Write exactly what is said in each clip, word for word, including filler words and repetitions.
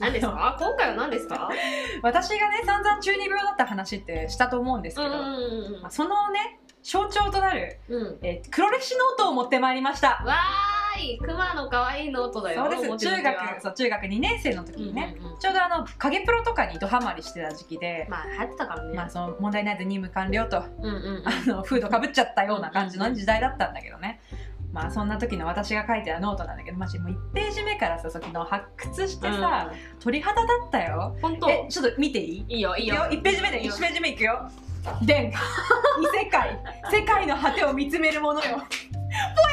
何ですか？今回は何ですか？ 私がね散々中二病だった話ってしたと思うんですけど、まあ、そのね象徴となる、うんえー、黒歴史ノートを持ってまいりました。 わーい、クマの可愛いノートだよ。 そうです。中学そう中学にねん生の時にね、うんうんうん、ちょうどあの影プロとかにドハマりしてた時期で、 まあ流行ってたからね。 まあその問題ないで任務完了と、うんうんうん、あのフードかぶっちゃったような感じの時代だったんだけどね。まあそんな時の私が書いてたノートなんだけど、マジもういちページ目からさ、その発掘してさ、うん、鳥肌だったよ。 本当？ え、ちょっと見ていい？ いいよいいよ。 いちページ目でいちページ目いくよ。でん異世界世界の果てを見つめるものよ。ポエムが書いて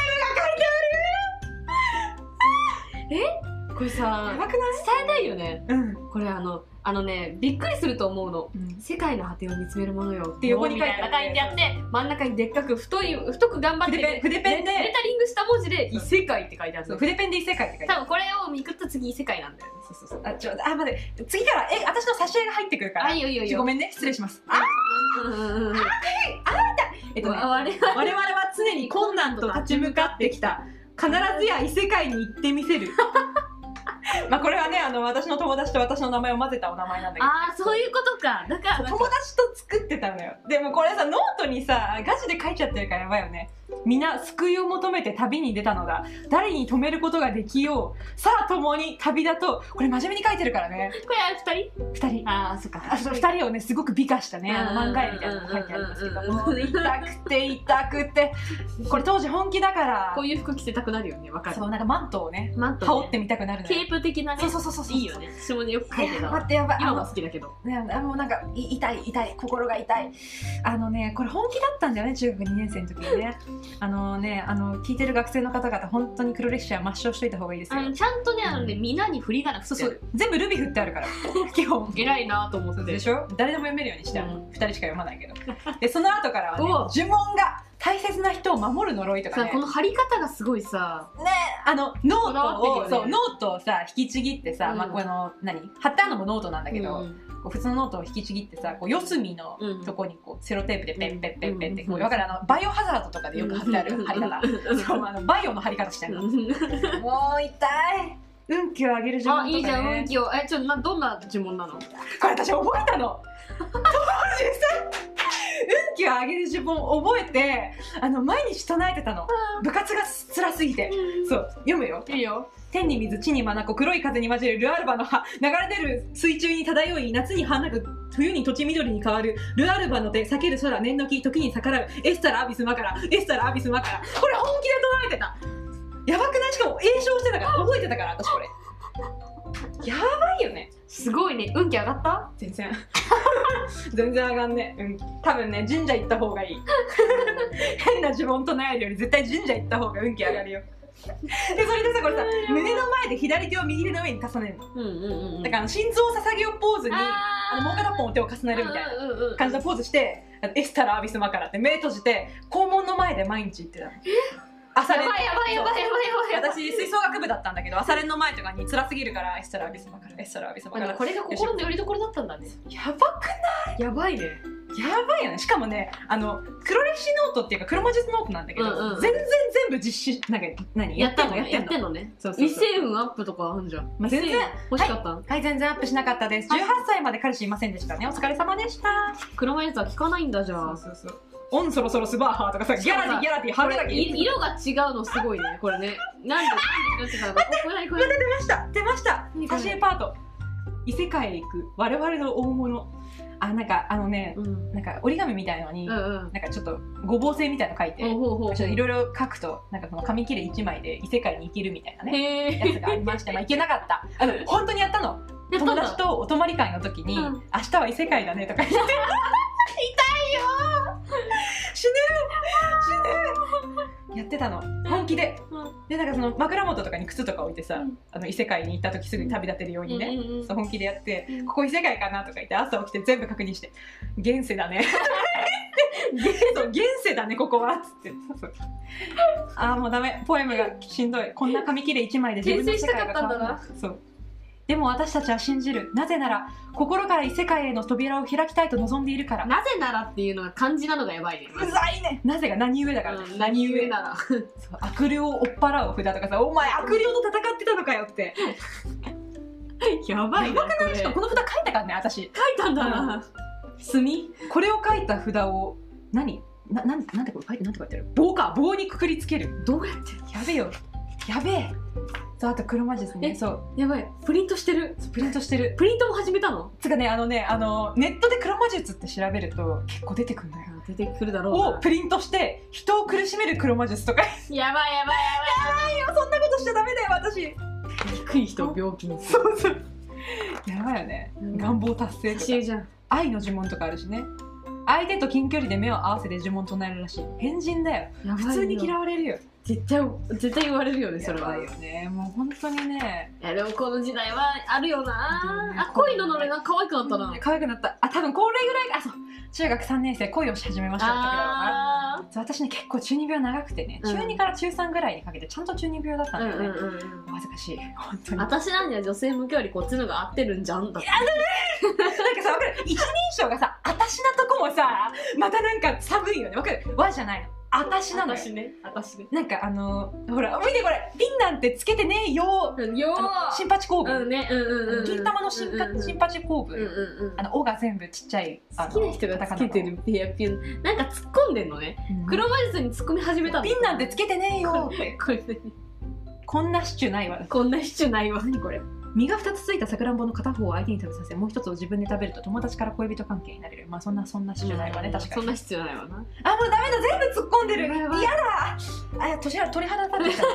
ある。え？これさ、 やばくない？ 伝えたいよね。 うん。 これあのあのね、びっくりすると思うの、うん、世界の果てを見つめるものよって横に書いてあってあって真ん中にでっかく太い太く頑張って筆ペンでレタリングした文字で異世界って書いてある。 筆ペンで異世界って書いてある。 多分これを見くった次異世界なんだよね。 そうそうそう。あ、ちょあ待って次からえ私の挿絵が入ってくるから。 あ、いいよいいよいいよ。 ごめんね、失礼します。ああああ痛い。えっとね、我々は常に困難と立ち向かってきた。必ずや異世界に行ってみせる。まあこれはね、あの私の友達と私の名前を混ぜたお名前なんだけど、ね、 ああそういうことか。だから友達と作ってたのよ。でもこれさノートにさガチで書いちゃってるからやばいよね。皆救いを求めて旅に出たのだ。誰に止めることができよう。さあ共に旅だと。これ真面目に書いてるからね。 これふたりふたり。 ああそっか。 あ、そうふたりをねすごく美化したねあの漫画絵みたいなのが書いてあるんですけども、痛くて痛くてこれ当時本気だからこういう服着せたくなるよね。わかる。 そうなんかマントをねマント、 ね、羽織ってみたくなるのよ。 ケープ的なね。 そうそうそうそういいよね。私もねよく書いてた。 待ってやばい。 今も好きだけど。 ねもうなんか痛い痛い心が痛い。あのねこれ本気だったんだよね中学にねん生の時にね。あのねあの聞いてる学生の方々本当に黒歴史は抹消しといた方がいいですよ。 ちゃんとねあのね皆に振り仮名振ってある。そうそう全部ルビ振ってあるから基本偉いなと思って。 でしょ。誰でも読めるようにしてある、うん、ふたりしか読まないけど。でその後からはね呪文が大切な人を守る呪いとかね。 この貼り方がすごいさねあのノートを、ね、そうノートをさ引きちぎってさ、うん、まあこの何貼ってあるのもノートなんだけど、うん、こう普通のノートを引きちぎってさこう四隅のとこにこうセロテープでペンペンペンペンってこう分かるあのバイオハザードとかでよく貼ってある貼り方。そうあのバイオの貼り方してるの。もう痛い。運気を上げる呪文とかね。 あいいじゃん運気を。えちょっとなどんな呪文なの？これ私覚えたの。当時さ運気を上げる呪文覚えてあの毎日唱えてたの。部活が辛すぎて。そう読むよ。 いいよ。 天に水地に眼黒い風に混じるルアルバの葉流れ出る水中に漂い夏に花く冬に土地緑に変わるルアルバの手避ける空念の木時に逆らうエスタラアビスマカラエスタラアビスマカラ。これ本気で唱えてた。やばくない？しかも詠唱してたから覚えてたから私これやばいよね。 すごいね。運気上がった？ 全然全然上がんね。うん多分ね神社行った方がいい。変な呪文唱えるより絶対神社行った方が運気上がるよ。でそれでさこれさ胸の前で左手を右手の上に重ねるの。うんうんうん、だから心臓を捧げようポーズにあのもう片方の手を重ねるみたいな感じのポーズしてエスタラアビスマカラって目閉じて校門の前で毎日言ってたの。朝練。やばいやばいやばいやばいやばい。私吹奏楽部だったんだけど朝練の前とかに辛すぎるからエスタラアビスマカラエスタラアビスマカラ。 これが心の拠り所だったんだね。 やばくない？ やばいね。 やばいよね。しかもねあの黒歴史ノートっていうか黒魔術ノートなんだけど、うんうん、全然全部実施なんか何やってんのやってんのね。そうそうそう。異性運アップとかあるじゃん。まあ、全然欲しかった、はい、 はい全然アップしなかったです。じゅうはっさいまで彼氏いませんでしたね。お疲れ様でした。 黒魔術は聞かないんだじゃあ。 そうそうそう。オンそろそろスバーハーとかさギャラディギャラディハメだけ色が違うのすごいねこれね。なんでなんで違うの？待ってこれこれ出ました出ました。挿絵パート異世界へ行く我々の大物。あなんかあのね、うん、なんか折り紙みたいのに、うんうん、なんかちょっとごぼう星みたいの書いて、いろいろ書くとなんかその紙切れいちまいで異世界に生きるみたいなねやつがありまして、まあ行けなかった。あの本当にやったの。友達とお泊まり会の時に、うん、明日は異世界だねとか言って痛いよ死ぬ死ぬやってたの本気で、うん、でなんかその枕元とかに靴とか置いてさ、うん、あの異世界に行った時すぐに旅立てるようにね、うん、そう本気でやって、うん、ここ異世界かなとか言って朝起きて全部確認して現世だねそう現世だねここはっつってああもうダメポエムがしんどい。こんな紙切れいちまいで自分の世界が変わるんだ。そうでも私たちは信じる。なぜなら心から異世界への扉を開きたいと望んでいるから。 なぜならっていうのが漢字なのがやばいね。 うざいね。なぜが何故だから、 うん、何故ならそう悪霊を追っ払う札とかさお前悪霊と戦ってたのかよってやばいな、これ。 しかもこの札書いたからね、私。 書いたんだな。墨？ これを書いた札を、何な、なん、なんてこれ書いて、なんて書いてある？棒か、棒にくくりつける。 どうやって？ やべえよ。やべえ。そう、あと黒魔術ね。 えそう。 やばい。プリントしてる。 プリントしてる。 プリントも始めたの？ つかね、あのね、あの、ネットで黒魔術って調べると結構出てくるんだよ。 出てくるだろうな。 をプリントして、人を苦しめる黒魔術とか。 やばいやばいやばい。 やばいよ、そんなことしちゃダメだよ、私。 低い人を病気にする。 そうそう。やばいよね。願望達成とか。 走るじゃん。 愛の呪文とかあるしね。相手と近距離で目を合わせて呪文唱えるらしい。変人だよ。 やばいよ。 普通に嫌われるよ。 絶対絶対言われるよね、それは。 やばいよね。もう本当にね。 いやでもこの時代はあるよな。あ、恋ののれな、可愛くなったな。 可愛くなった。あ、多分これぐらいが、あ、そう。中学さんねん生恋をし始めましたって時だろうな。私ね、結構中二病長くてね、中にから中さんぐらいにかけてちゃんと中二病だったんだよね。お恥ずかしい。本当に。 私なんには女性向けよりこっちのが合ってるんじゃんだって。 いやだね。なんかさ、わかる。一人称がさ、あたしなとこもさ、またなんか寒いよね。わかる。わじゃないの。あたしなのよ。 私ね。私ね。 なんかあのー、ほら、見てこれ、ピンなんてつけてねえよー。 よー。シンパチ構文。 うんね、うんうんうん。 金玉のシンパシンパチ構文。 うんうんうん。 あの、おが全部ちっちゃい。 好きな人がつけてるピアピン。なんか突っ込んでんのね。黒魔術に突っ込み始めたの。 ピンなんてつけてねえよーって。 これね。 こんなシチューないわ。 こんなシチューないわ。 何これ。実がふたつついたさくらんぼの片方を相手に食べさせ、もう一つを自分で食べると友達から恋人関係になれる。まあそんなそんなシチューないわね、確かに。 そんな必要ないわな。 あ、もうダメだ、全部突っ込んでる。嫌だ。あ、鳥肌立ってきちゃった。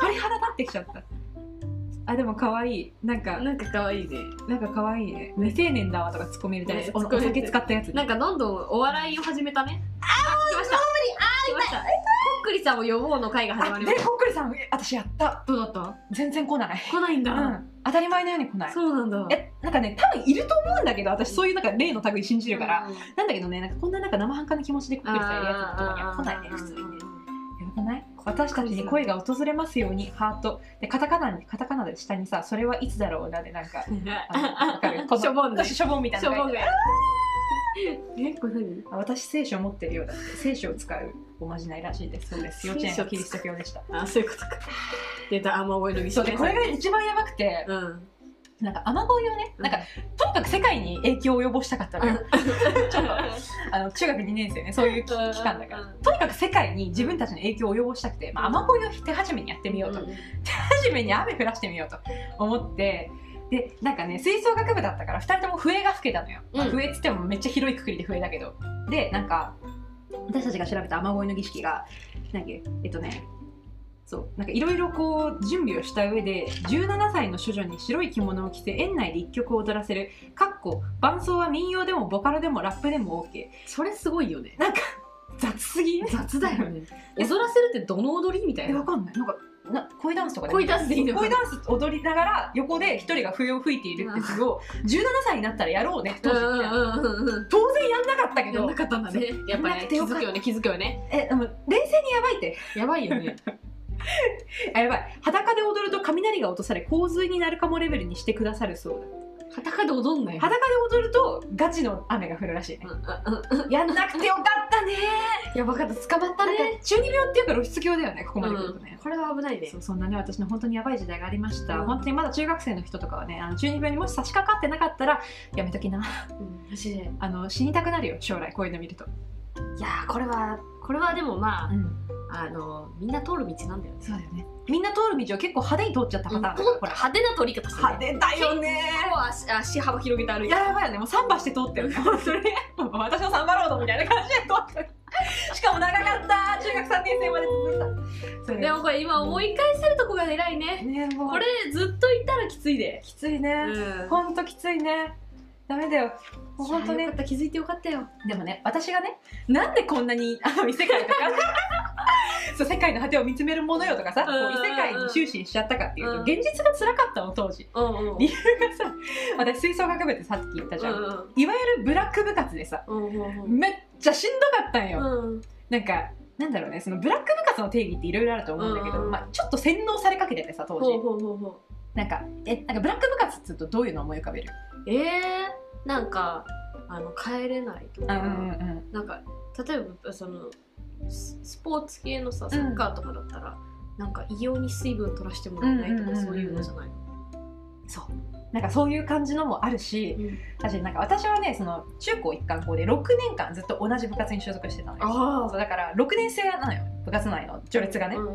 鳥肌立ってきちゃった。あ、でも可愛い。なんかなんか可愛いね。 なんか可愛いね。未成年だわとか突っ込めるみたいな。お酒使ったやつ。 なんかどんどんお笑いを始めたね。あー、来ました。あー、来ました。こっくりさんを呼ぼうの会が始まりました。 こっくりさん、私やった。 どうだった？ 全然来ない。 来ないんだ。 当たり前のように来ない。 そうなんだ。 え、なんかね、多分いると思うんだけど、私そういうなんか例の類信じるから。なんだけどね、なんかこんななんか生半可な気持ちでこっくりさんやるやつのとこには来ないね、普通にね。やばくない？私たちに恋が訪れますように、ハート。で、カタカナに、カタカナで下にさ、それはいつだろうなで、なんか、わかる？ しょぼんね。 しょぼんみたいな。しょぼんが。 え、これ何？ 私聖書持ってるようだって。聖書を使うおまじないらしいです。そうです。幼稚園がキリスト教でした。 あ、そういうことか。出た、雨乞いの儀式。 そうで、これが一番やばくて、うん、なんか雨乞いをね、なんか、とにかく世界に影響を及ぼしたかったのよ。ちょっと、あの、中学にねん生ね、そういう期間だから。とにかく世界に自分たちの影響を及ぼしたくて、まあ、雨乞いを手始めにやってみようと。手始めに雨降らしてみようと思って、で、なんかね、吹奏楽部だったからふたりとも笛が吹けたのよ。まあ、笛っつってもめっちゃ広いくくりで笛だけど。で、なんか、私たちが調べた雨乞いの儀式が、なんか、えっとね、そうなんかいろいろこう準備をした上でじゅうななさいの処女に白い着物を着せ園内で一曲を踊らせるかっこ伴奏は民謡でもボカロでもラップでも OK。 それすごいよね。 なんか雑すぎ。 雑だよね。踊らせるってどの踊りみたいな。 わかんない。なんかな恋ダンスとかで恋ダンスでいいの？ 恋ダンス踊りながら横で一人が笛を吹いているってすごいじゅうななさいになったらやろうね当時みたいな。当然やんなかったけど。 やんなかったんだね。やっぱね気づくよね気づくよね。 えでも冷静にやばいって。やばいよね。あ、やばい。裸で踊ると雷が落とされ洪水になるかもレベルにしてくださるそうだ。 裸で踊んない。 裸で踊るとガチの雨が降るらしいね。やんなくてよかったね。 やばかった。捕まったね。 中二病っていうか露出狂だよね、ここまで来るとね。 これは危ないね。 そう、そんなね、私の本当にやばい時代がありました。本当にまだ中学生の人とかはね、あの中二病にもし差し掛かってなかったらやめときな。 マジで。 あの死にたくなるよ、将来こういうの見ると。 いやー、これはこれはでもまあ。あのみんな通る道なんだよね。 そうだよね。みんな通る道を結構派手に通っちゃったパターンだから、 これ派手な通り方してる。 派手だよね。 足足幅広げて歩いて。 やばいよね。もうサンバして通ったよね。本当に。私のサンバロードみたいな感じで通った。しかも長かった。中学さんねん生まで続いた。 でもこれ今思い返せるとこが偉いね。ね、もうこれずっといたらきついで。 きついね。本当きついね。ダメだよ。もう本当ね。 気づいてよかったよ。 でもね、私がね、なんでこんなにあの異世界とかそう世界の果てを見つめるものよとかさ、こう異世界に終始しちゃったかっていうと、現実が辛かったの当時。理由がさ、私吹奏楽部ってさっき言ったじゃん。いわゆるブラック部活でさ、めっちゃしんどかったんよ。なんかなんだろうね、そのブラック部活の定義っていろいろあると思うんだけど、まあちょっと洗脳されかけててさ当時。なんかえなんかブラック部活っつうとどういうのを思い浮かべる？ えー、なんかあの帰れないとか、なんか例えばそのスポーツ系のさサッカーとかだったら、うん、なんか異様に水分取らせてもらえないとかそういうのじゃないの？ そうなんかそういう感じのもあるし、うん、私なんか私はねその中高一貫校でろくねんかんずっと同じ部活に所属してたのよ。そうだからろくねん生なのよ部活内の序列がね、うん、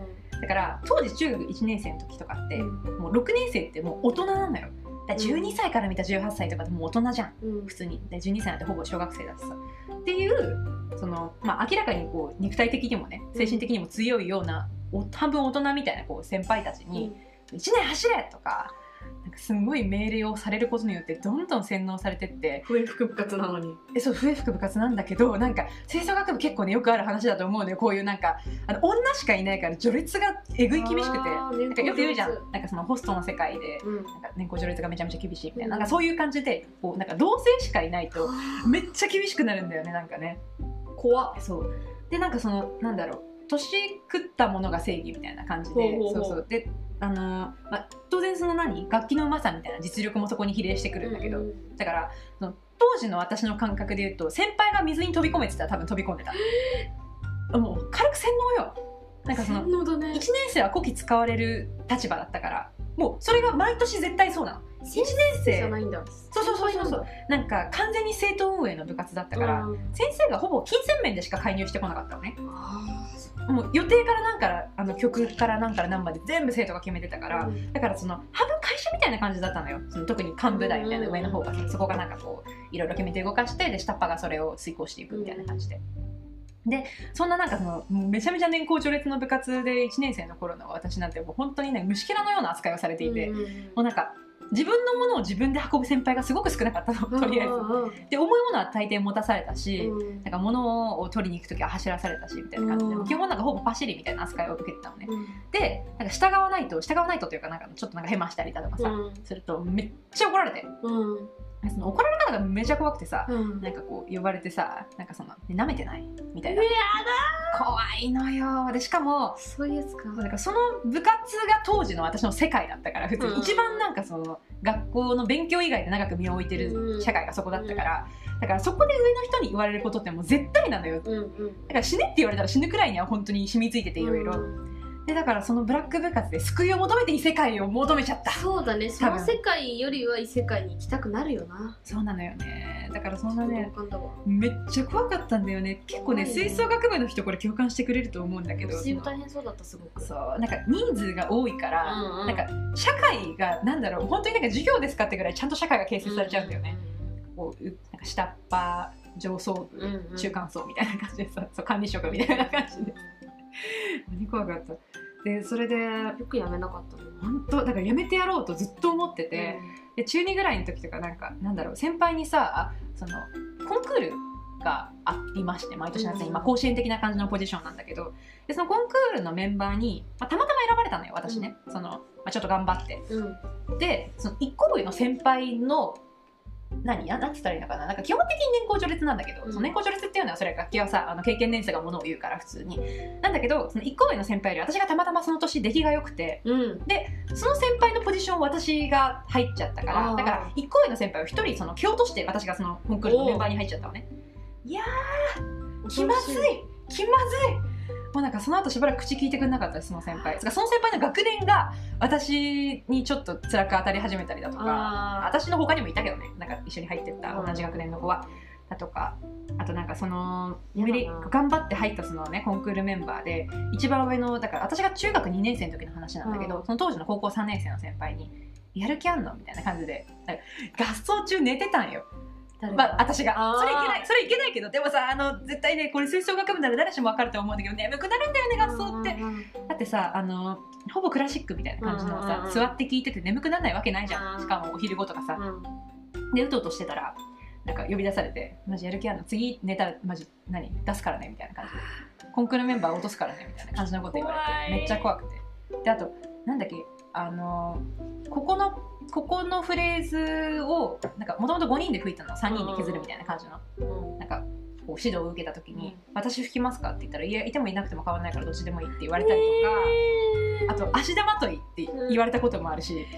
だから当時中学いちねん生の時とかって、うん、もうろくねん生ってもう大人なのよ。だじゅうにさいから見たじゅうはっさいとかってもう大人じゃん、うん、普通にでじゅうにさいなんてほぼ小学生だしさっていうその、まあ、明らかにこう肉体的にもね精神的にも強いような、うん、半分大人みたいなこう先輩たちに「いちねん走れ!」とかなんかすごい命令をされることによってどんどん洗脳されてって笛吹く部活なのにえそう笛吹く部活なんだけどなんか吹奏楽部結構ねよくある話だと思うのよ。こういうなんかあの女しかいないから序列がえぐい厳しくてなんかよく言うじゃんなんかそのホストの世界で、うん、なんか年功序列がめちゃめちゃ厳しいみたいな、うん、なんかそういう感じでこうなんか同性しかいないとめっちゃ厳しくなるんだよねなんかね怖っ。 そうでなんかそのなんだろう年食ったものが正義みたいな感じでそうそうであのーまあ、当然その何楽器のうまさみたいな実力もそこに比例してくるんだけど、うん、だからその当時の私の感覚で言うと先輩が水に飛び込めてたら多分飛び込んでたもう軽く洗脳よ。なんかその、ね、いちねん生はこき使われる立場だったからもうそれが毎年絶対そうなの。いちねん生じゃないんだ。 そうそうそうそうそうなんか完全に生徒運営の部活だったから、うん、先生がほぼ金銭面でしか介入してこなかったのね。もう予定から何からあの曲から何から何まで全部生徒が決めてたから、うん、だからその半分会社みたいな感じだったのよ。その特に幹部代みたいな上の方が、うん、そこがなんかこういろいろ決めて動かしてで下っ端がそれを遂行していくみたいな感じで、うん、でそんななんかそのめちゃめちゃ年功序列の部活でいちねん生の頃の私なんてもう本当にね虫けらのような扱いをされていて、うん、もうなんか自分のものを自分で運ぶ先輩がすごく少なかったのとりあえずで重いものは大抵持たされたし、うん、なんか物を取りに行く時は走らされたしみたいな感じで、うん、基本なんかほぼパシリみたいな扱いを受けてたのね、うん、でなんか従わないと従わないとというかなんかちょっとなんかヘマしたりだとかさ、うん、するとめっちゃ怒られて、うん、その怒られ方がめちゃ怖くてさ、うん、なんかこう呼ばれてさなんかその舐めてないみたいな。 やだ怖いのよ。でしかもそういうやつか。 なんかその部活が当時の私の世界だったから普通に、うん、一番なんかその学校の勉強以外で長く身を置いてる社会がそこだったから、うん、だからそこで上の人に言われることってもう絶対なのよ、うんうん、だから死ねって言われたら死ぬくらいには本当に染みついてていろいろでだからそのブラック部活で救いを求めて異世界を求めちゃった。 そうだねその世界よりは異世界に行きたくなるよな。 そうなのよね。だからそんなねめっちゃ怖かったんだよね。結構ね吹奏楽部の人これ共感してくれると思うんだけど大変そうだったすごく。 そうなんか人数が多いから、うんうん、なんか社会がなんだろう本当になんか授業ですかってぐらいちゃんと社会が形成されちゃうんだよね、うんうん、こうなんか下っ端上層部、うんうん、中間層みたいな感じでさそう管理職みたいな感じで何怖かった。でそれでよくやめなかったの。 本当だからやめてやろうとずっと思ってて、うん、で中にぐらいの時とかなんかなんだろう先輩にさそのコンクールがありまして毎年夏に、うん、まあ、甲子園的な感じのポジションなんだけどでそのコンクールのメンバーに、まあ、たまたま選ばれたのよ私ね、うん、そのまあ、ちょっと頑張って、うん、でそのいっこ上の先輩の何やなんて言ったらいいのかななんか基本的に年功序列なんだけど、うん、その年功序列っていうのはそれ楽器はさあの経験年数がものを言うから普通になんだけどそのいっこ上の先輩より私がたまたまその年出来が良くて、うん、でその先輩のポジションを私が入っちゃったからだからいっこ上の先輩をひとりその蹴落として私がそのコンクールのメンバーに入っちゃったのね。いやー気まずい気まずいもうなんかその後しばらく口聞いてくれなかったですその先輩。その先輩の学年が私にちょっと辛く当たり始めたりだとか私の他にもいたけどねなんか一緒に入ってった同じ学年の子はだとかあとなんかその頑張って入ったそのねコンクールメンバーで一番上のだから私が中学にねん生の時の話なんだけどその当時の高校さんねん生の先輩にやる気あんのみたいな感じで合奏中寝てたんよ。まあ、私がそれいけないそれいけないけどでもさあの絶対ねこれ吹奏楽部なら誰しも分かると思うんだけど眠くなるんだよね合奏って。だってさあのほぼクラシックみたいな感じのさ座って聴いてて眠くならないわけないじゃん。しかもお昼後とかさでうとうとしてたらなんか呼び出されてマジやる気あるの次寝たらマジ何出すからねみたいな感じでコンクールメンバー落とすからねみたいな感じのこと言われてめっちゃ怖くてであとなんだっけあのここのここのフレーズをもともとごにんで吹いたのをさんにんで削るみたいな感じの、うん、なんかこう指導を受けた時に、うん、私吹きますかって言ったらいやいてもいなくても変わらないからどっちでもいいって言われたりとか、えー、あと足玉といって言われたこともあるし、うん、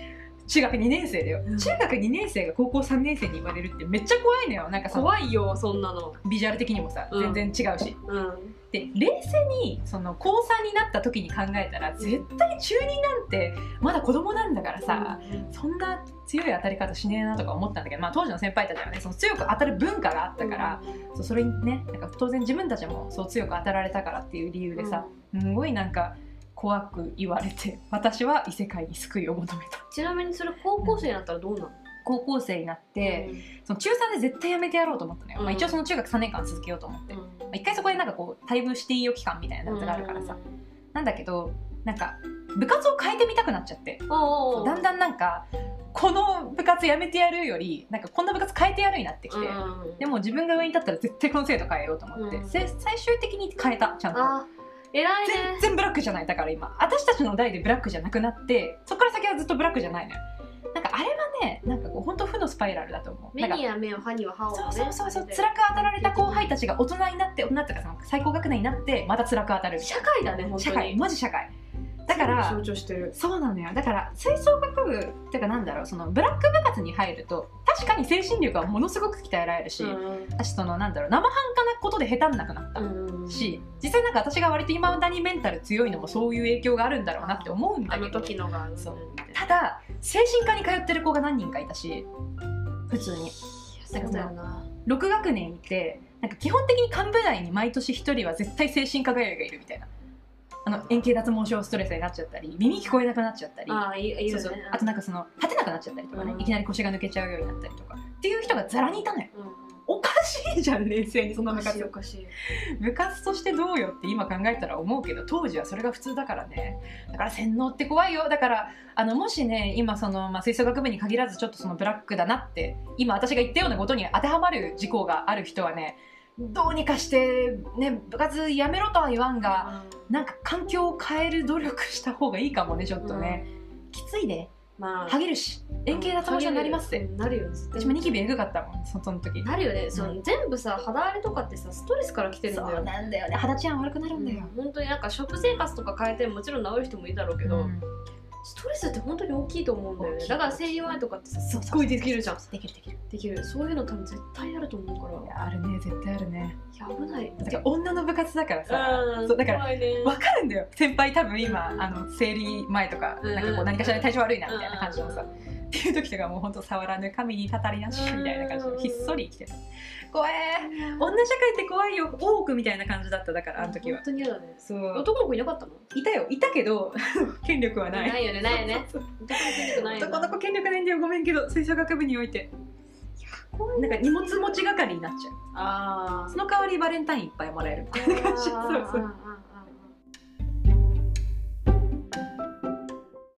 中学にねん生だよ、 うん、 中学にねん生が高校さんねん生に言われるってめっちゃ怖いのよ。なんか怖いよそんなの。 ビジュアル的にもさ、うん、全然違うし、 うん、 で冷静にその高さんになった時に考えたら絶対中になんてまだ子供なんだからさ、うん、そんな強い当たり方しねえなとか思ったんだけど、まあ、当時の先輩たちはねその強く当たる文化があったから、うん、そうそれにねなんか当然自分たちもそう強く当たられたからっていう理由でさ、うん、すごいなんか怖く言われて私は異世界に救いを求めた。 ちなみにそれ高校生になったらどうなの？うん、 高校生になって、うん、その中さんで絶対やめてやろうと思ったのよ、うん、まあ、一応その中学さんねんかん続けようと思って、うん、まあ、一回そこでなんかこう退部していいよ期間みたいなやつがあるからさ、うん、なんだけどなんか部活を変えてみたくなっちゃって、 おー、 だんだんなんかこの部活やめてやるよりなんかこんな部活変えてやるになってきて、うん、でも自分が上に立ったら絶対この生徒変えようと思って、うん、最終的に変えた。ちゃんと偉いね。 全然ブラックじゃない。だから今私たちの代でブラックじゃなくなってそこから先はずっとブラックじゃないのよ。なんかあれはねなんかこう本当負のスパイラルだと思う。 目には目を歯には歯を、ね、 そうそうそうそう、辛く当たられた後輩たちが大人になって大人っていうかその最高学年になってまた辛く当たる。 社会だね本当に。 社会マジ社会だから象徴してる。 そうなのよ。だから吹奏楽部っていうかなんだろうそのブラック部活に入ると確かに精神力はものすごく鍛えられるし、うん、私そのなんだろう生半可なことで下手んなくなった、うん、し実際なんか私が割と今だにメンタル強いのもそういう影響があるんだろうなって思うんだけど、 あの時のがそうただ精神科に通ってる子が何人かいたし普通にそうだよな。 ろく学年いてなんか基本的に幹部内に毎年ひとりは絶対精神科通いがいるみたいな。あの円形脱毛症ストレスになっちゃったり耳聞こえなくなっちゃったり、 あ, いい、ね、 そうそうあとなんかその立てなくなっちゃったりとかね、うん、いきなり腰が抜けちゃうようになったりとかっていう人がざらにいたのよ、うん、おかしいじゃん冷静にその部活。 おかしいおかしい。 部活としてどうよって今考えたら思うけど当時はそれが普通だからね。だから洗脳って怖いよ。だからあのもしね今その、まあ、吹奏楽部に限らずちょっとそのブラックだなって今私が言ったようなことに当てはまる事項がある人はねどうにかして、ね、部活やめろとは言わんが、うん、なんか環境を変える努力した方がいいかもねちょっとね、うん、きついね、まあ、ハゲるし円形脱毛症になりますって、 うん、なるよね。 私もニキビエグかったもん そ, その時なるよね、うん、その全部さ肌荒れとかってさストレスから来てるんだよ。 そうなんだよね。肌治安悪くなるんだよ、 うん、本当になんか食生活とか変えてもちろん治る人もいいだろうけど、うん、ストレスって本当に大きいと思うんだよね。だから生理前とかってさすっごいできるじゃん。 できるできるできる。そういうの多分絶対あると思うから。 いやあるね絶対あるね。 いや危ない。 だから女の部活だからさ、うん、そうだから分かるんだよ。先輩多分今、うん、あの生理前とか、うん、なんかこう何かしらで体調悪いなみたいな感じのさ、うん、っていう時とかもう本当触らぬ神にたたりなしみたいな感じでひっそり生きてる。怖えー、女社会って怖いよ。大奥みたいな感じだった。だからあの時は本当に嫌だね。 そう男の子いなかったの？ いたよいたけど権力はない。 ないよねないよね。男の権力ないよ。 男の子権力ないんだよごめんけど吹奏楽部においてなんか荷物持ち係になっちゃう。あその代わりバレンタインいっぱいもらえるみたいな感じ。そうそう